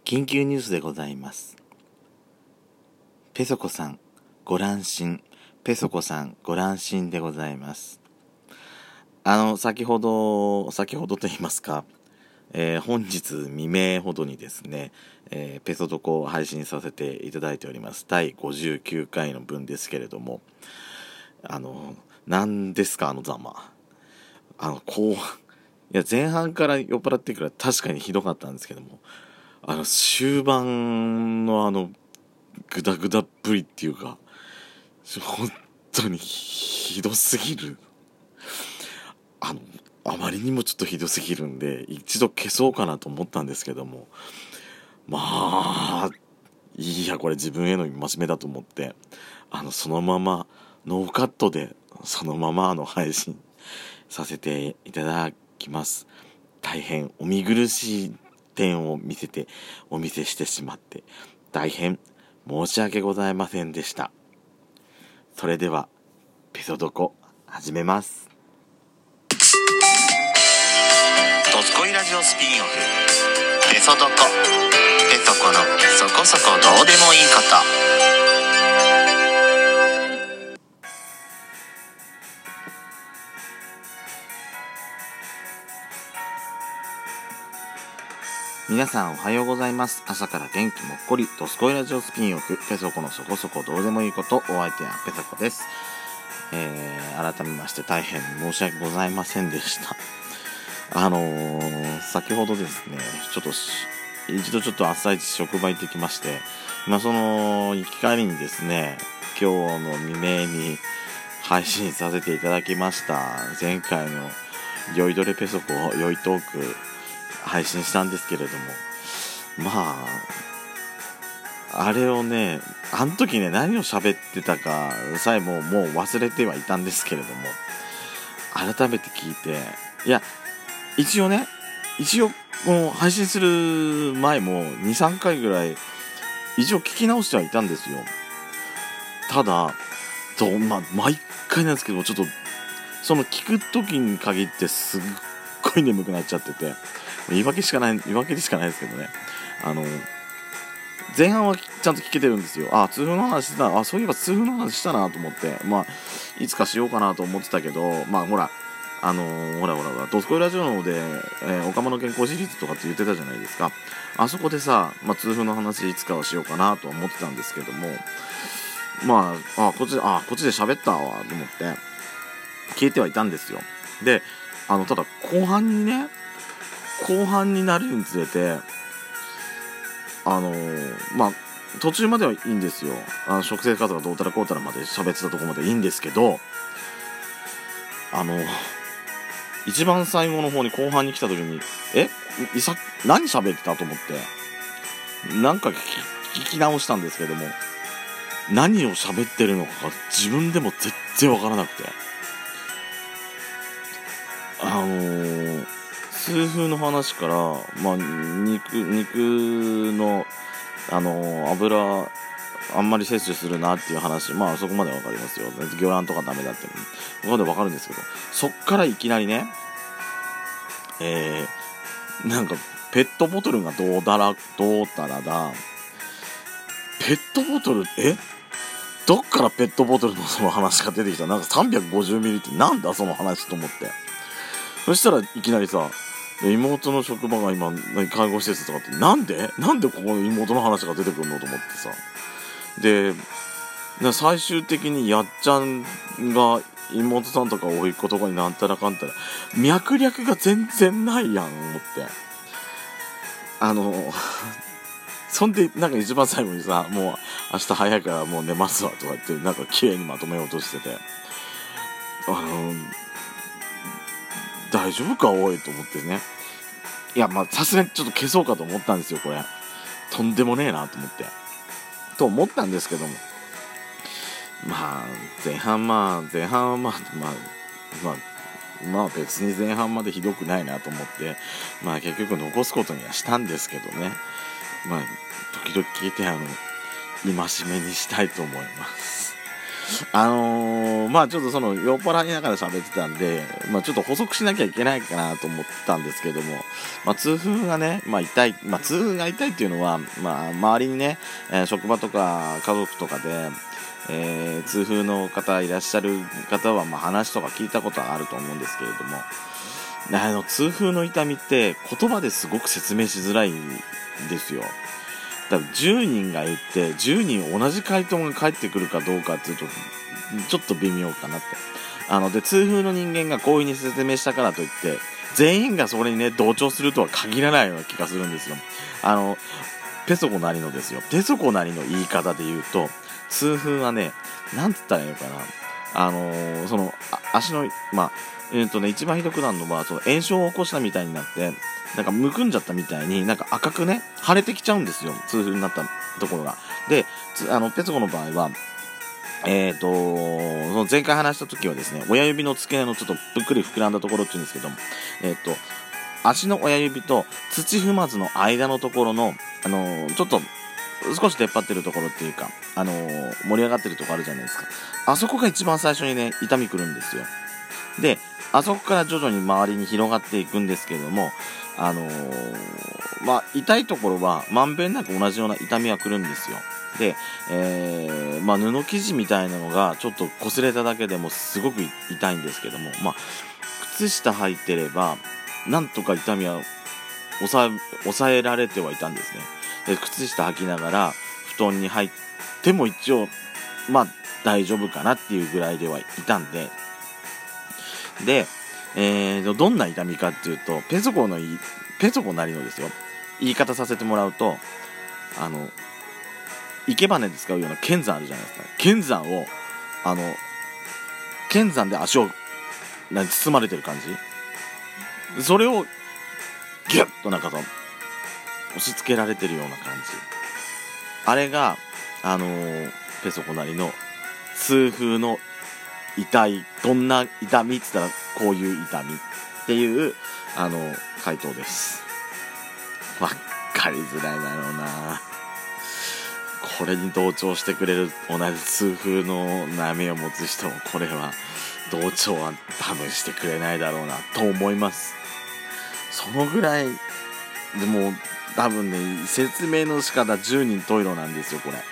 緊急ニュースでございます。ペソコさんご乱心、ペソコさんご乱心でございます。先ほどと言いますか、本日未明ほどにですね、ペソドコを配信させていただいております第59回の分ですけれども、何ですかざま、後半、いや前半から酔っ払ってから確かにひどかったんですけども、終盤のグダグダっぷりっていうか、本当にひどすぎる。あまりにもちょっとひどすぎるんで、一度消そうかなと思ったんですけども、いやこれ自分への戒めだと思って、そのままノーカットでそのまま配信させていただきます。大変お見苦しい点をお見せしてしまって大変申し訳ございませんでした。それではペソドコ始めます。 ドスコイラジオスピンオフペソドコ、ペソコのそこそこどうでもいいこと。 皆さんおはようございます。朝から元気もっこりドスコイラジオスピンオフペソコのそこそこどうでもいいこと。お相手はペソコです。改めまして大変申し訳ございませんでした。先ほどですね、一度朝一職場行ってきまして、その行き帰りにですね、今日の未明に配信させていただきました前回の酔いどれペソコ酔いトーク配信したんですけれども、あれをね、あの時ね、何を喋ってたかさえもう忘れてはいたんですけれども、改めて聞いて、一応この配信する前も 2,3 回ぐらい一応聞き直してはいたんですよ。ただ毎回なんですけど、ちょっとその聞く時に限ってすっごい眠くなっちゃってて、言い訳でしかないですけどね、前半はちゃんと聞けてるんですよ。痛風の話してた、そういえば痛風の話したなと思って、いつかしようかなと思ってたけど、ほらドスコイラジオで、おかまの健康シリーズとかって言ってたじゃないですか。あそこでさ、痛風の話いつかはしようかなと思ってたんですけども、こっちで喋ったわと思って聞いてはいたんですよ。で、ただ後半になるにつれて、途中まではいいんですよ。食生活がどうたらこうたらまで喋ってたところまでいいんですけど、一番最後の方に後半に来た時に何喋ってたと思ってなんか聞き直したんですけども、何を喋ってるのか自分でも全然わからなくて、痛風の話から、肉の油あんまり摂取するなっていう話、そこまでわかりますよ。魚卵とかダメだってそこまでわかるんですけど、そっからいきなりね、なんかペットボトルがどうたらだ、ペットボトルどっからペットボトルのその話が出てきた。なんか350ミリってなんだその話と思って、そしたらいきなりさ、妹の職場が今介護施設とかって、なんでここの妹の話が出てくるのと思ってさ、で最終的にやっちゃんが妹さんとか甥っ子とかになんたらかんたら脈略が全然ないやん思って、そんで一番最後にさ、もう明日早いからもう寝ますわとか言って綺麗にまとめようとしてて、大丈夫かおいと思ってね。さすがにちょっと消そうかと思ったんですよ。これとんでもねえなと思ったんですけども、前半は別に前半までひどくないなと思って、結局残すことにはしたんですけどね。時々聞いて戒めにしたいと思います。 まあちょっとその酔っ払いながら喋ってたんで、まあちょっと補足しなきゃいけないかなと思ってたんですけども、まあ痛風がね、まあ痛い、まあ痛風が痛いっていうのは、まあ周りにね、職場とか家族とかで、痛風の方いらっしゃる方は、まあ話とか聞いたことはあると思うんですけれども、痛風の痛みって言葉ですごく説明しづらいんですよ。だから10人が言って10人同じ回答が返ってくるかどうかっていうとちょっと微妙かなって。で痛風の人間がこういう風に説明したからといって全員がそれにね同調するとは限らないような気がするんですよ。ペソコなりのですよ。ペソコなりの言い方で言うと、痛風はね、なんつったらいいのかな、その足の一番ひどくなるのはその炎症を起こしたみたいになってなんかむくんじゃったみたいになんか赤くね腫れてきちゃうんですよ、痛風になったところが。でペソコの場合はその前回話した時はですね、親指の付け根のちょっとぷっくり膨らんだところっていうんですけども、足の親指と土踏まずの間のところのちょっと少し出っ張ってるところっていうか盛り上がってるところあるじゃないですか。あそこが一番最初にね痛みくるんですよ。であそこから徐々に周りに広がっていくんですけれども、痛いところはまんべんなく同じような痛みはくるんですよ。で、布生地みたいなのがちょっと擦れただけでもすごく痛いんですけども、靴下履いてればなんとか痛みは抑えられてはいたんですね。で靴下履きながら布団に入っても一応大丈夫かなっていうぐらいではいたんで、どんな痛みかっていうと、ペソコなりのですよ言い方させてもらうと、生け花で使うような剣山あるじゃないですか。剣山で足を包まれてる感じ、それをギュッとなんか押し付けられてるような感じ、あれがペソコなりの痛風の痛い、どんな痛みって言ったらこういう痛みっていう回答です。わかりづらいだろうな。これに同調してくれる同じ痛風の悩みを持つ人もこれは同調は多分してくれないだろうなと思います。そのぐらいでも多分ね、説明の仕方10人十色なんですよこれ。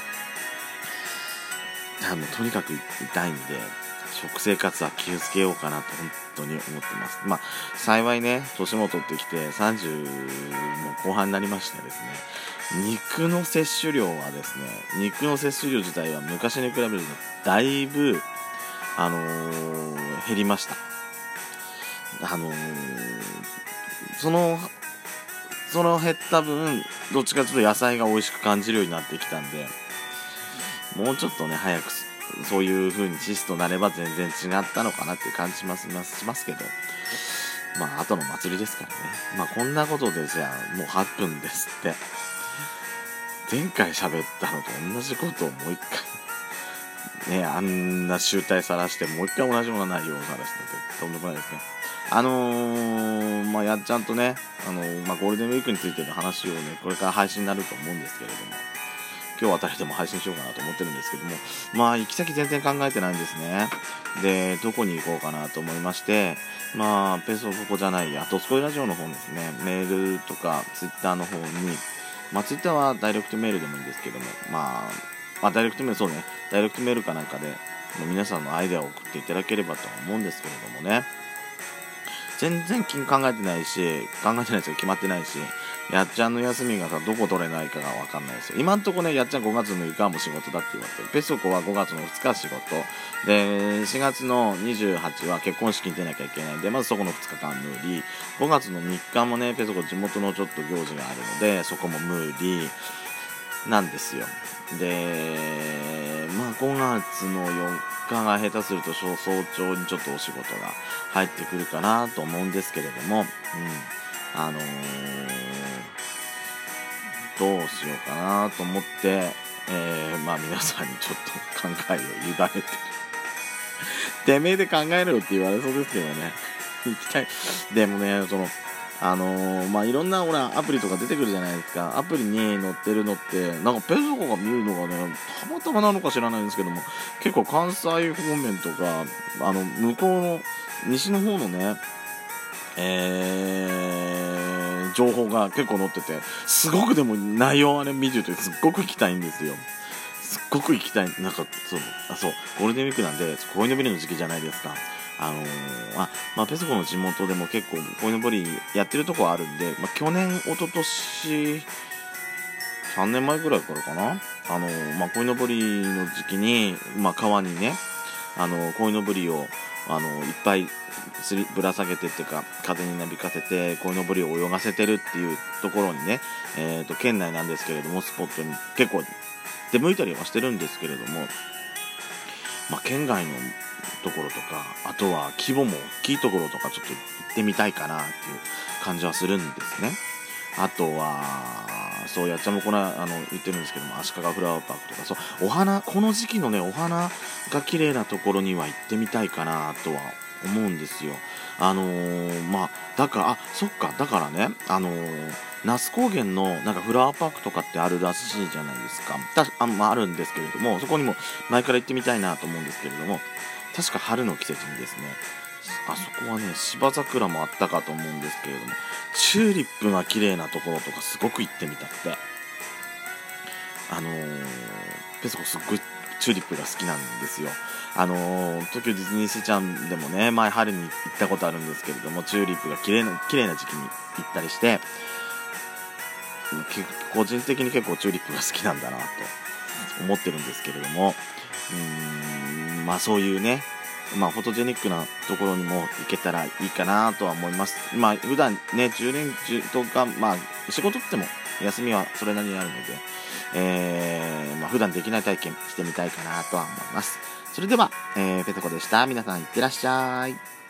とにかく痛いんで食生活は気をつけようかなと本当に思ってます。幸いね年も取ってきて30の後半になりましてですね、肉の摂取量自体は昔に比べるとだいぶ減りました。その減った分どっちかというと野菜が美味しく感じるようになってきたんで、もうちょっとね早くそういう風に脂質となれば全然違ったのかなっていう感じしますけど、後の祭りですからね。こんなことでじゃあもう8分ですって。前回喋ったのと同じことをもう一回ね、あんな集大さらしてもう一回同じような内容をさらしてとんでもないですね。やっちゃんとねゴールデンウィークについての話をねこれから配信になると思うんですけれども、今日あたりでも配信しようかなと思ってるんですけども、行き先全然考えてないんですね。でどこに行こうかなと思いまして、ペソコじゃないやドスコイラジオの方ですね、メールとかツイッターの方に、ツイッターはダイレクトメールでもいいんですけども、ダイレクトメールかなんかで皆さんのアイデアを送っていただければと思うんですけれどもね、全然考えてないし決まってないし、やっちゃんの休みがどこ取れないかが分かんないですよ。今んとこねやっちゃん5月6日も仕事だって言われてる。ペソコは5月の2日仕事で、4月の28は結婚式に出なきゃいけないんで、まずそこの2日間無理。5月の3日もねペソコ地元のちょっと行事があるのでそこも無理なんですよ。で5月の4日が下手すると早朝にちょっとお仕事が入ってくるかなと思うんですけれども、どうしようかなと思って、皆さんにちょっと考えを委ねてるてめえで考えろよって言われそうですけどね行きたい。でもねいろんなアプリとか出てくるじゃないですか。アプリに載ってるのってなんかペソコが見るのがねたまたまなのか知らないんですけども、結構関西方面とか向こうの西の方のね情報が結構載ってて、すごくでも内容はね見てるとすっごく行きたいんですよ。すっごく行きたい。なんかそうゴールデンウィークなんで鯉のぼりの時期じゃないですか。ペソコの地元でも結構鯉のぼりやってるとこあるんで、去年一昨年3年前ぐらいからかな、鯉のぼりの時期に、川にね鯉のぼりをいっぱいぶら下げてっていうか風になびかせて鯉のぼりを泳がせてるっていうところにね、県内なんですけれどもスポットに結構出向いたりはしてるんですけれども、県外のところとか、あとは規模も大きいところとかちょっと行ってみたいかなっていう感じはするんですね。あとはそうやっちゃんも言ってるんですけども、足利フラワーパークとか、お花、この時期のねお花が綺麗なところには行ってみたいかなとは思うんですよ。だからね那須高原のなんかフラワーパークとかってあるらしいじゃないですか。あるんですけれども、そこにも前から行ってみたいなと思うんですけれども、確か春の季節にですね、あそこはね芝桜もあったかと思うんですけれども、チューリップが綺麗なところとかすごく行ってみたくて、ペソコすっごいチューリップが好きなんですよ。東京ディズニーシーちゃんでもね前春に行ったことあるんですけれども、チューリップが綺麗な時期に行ったりして、個人的に結構チューリップが好きなんだなと思ってるんですけれども、そういうねフォトジェニックなところにも行けたらいいかなとは思います。普段ね10連休とか仕事っても休みはそれなりにあるので、普段できない体験してみたいかなとは思います。それでは、ペソコでした。皆さんいってらっしゃい。